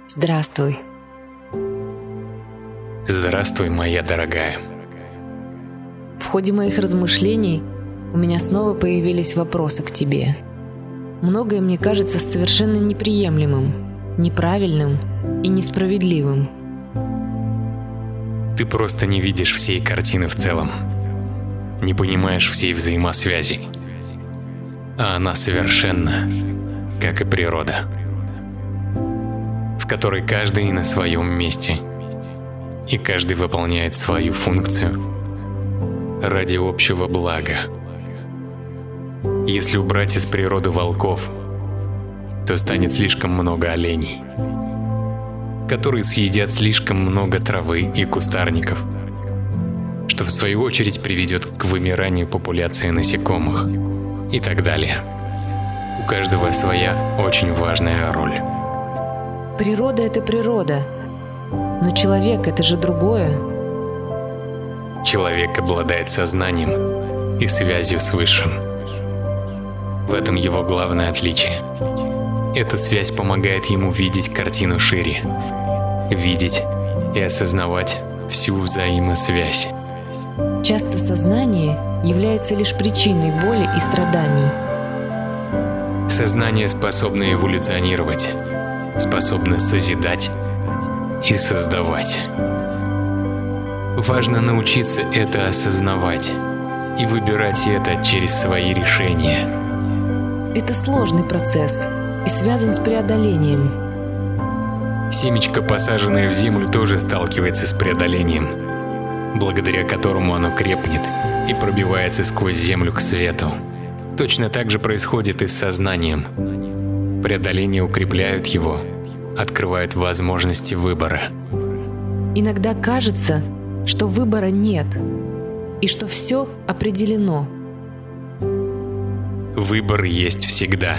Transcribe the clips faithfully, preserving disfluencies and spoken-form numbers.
Здравствуй. Здравствуй, моя дорогая. В ходе моих размышлений у меня снова появились вопросы к тебе. Многое мне кажется совершенно неприемлемым, неправильным и несправедливым. Ты просто не видишь всей картины в целом, не понимаешь всей взаимосвязи. А она совершенна, как и природа, в которой каждый на своем месте, и каждый выполняет свою функцию ради общего блага. Если убрать из природы волков, то станет слишком много оленей, которые съедят слишком много травы и кустарников, что в свою очередь приведет к вымиранию популяции насекомых и так далее. У каждого своя очень важная роль. Природа — это природа, но человек — это же другое. Человек обладает сознанием и связью с Высшим. В этом его главное отличие. Эта связь помогает ему видеть картину шире, видеть и осознавать всю взаимосвязь. Часто сознание является лишь причиной боли и страданий. Сознание способно эволюционировать, способно созидать и создавать. Важно научиться это осознавать и выбирать это через свои решения. Это сложный процесс и связан с преодолением. Семечко, посаженное в землю, тоже сталкивается с преодолением, благодаря которому оно крепнет и пробивается сквозь землю к свету. Точно так же происходит и с сознанием. Преодоления укрепляют его, открывают возможности выбора. Иногда кажется, что выбора нет, и что все определено. Выбор есть всегда.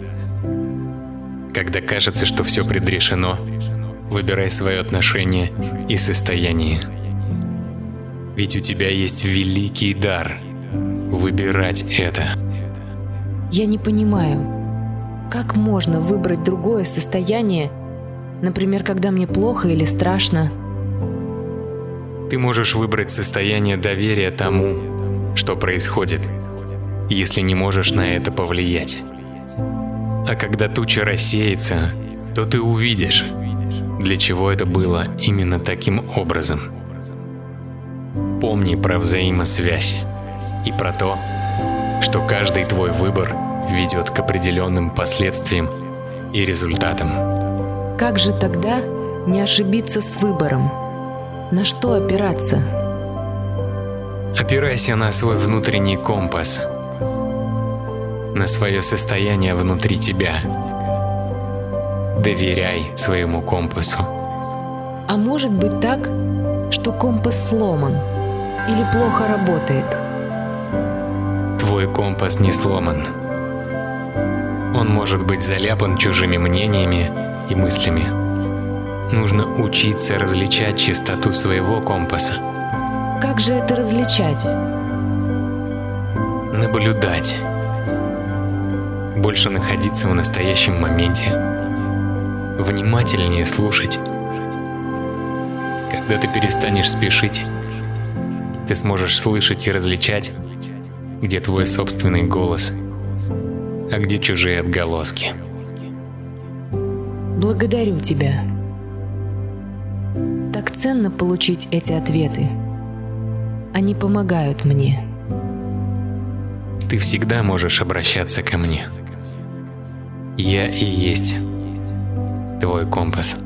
Когда кажется, что все предрешено, выбирай свое отношение и состояние. Ведь у тебя есть великий дар — выбирать это. Я не понимаю, как можно выбрать другое состояние, например, когда мне плохо или страшно. Ты можешь выбрать состояние доверия тому, что происходит, если не можешь на это повлиять. А когда туча рассеется, то ты увидишь, для чего это было именно таким образом. Помни про взаимосвязь и про то, что каждый твой выбор ведет к определенным последствиям и результатам. Как же тогда не ошибиться с выбором? На что опираться? Опирайся на свой внутренний компас, на свое состояние внутри тебя. Доверяй своему компасу. А может быть так, что компас сломан или плохо работает? Твой компас не сломан. Он может быть заляпан чужими мнениями и мыслями. Нужно учиться различать чистоту своего компаса. Как же это различать? Наблюдать. Больше находиться в настоящем моменте. Внимательнее слушать. Когда ты перестанешь спешить, ты сможешь слышать и различать, где твой собственный голос, а где чужие отголоски. Благодарю тебя. Так ценно получить эти ответы. Они помогают мне. Ты всегда можешь обращаться ко мне. Я и есть твой компас.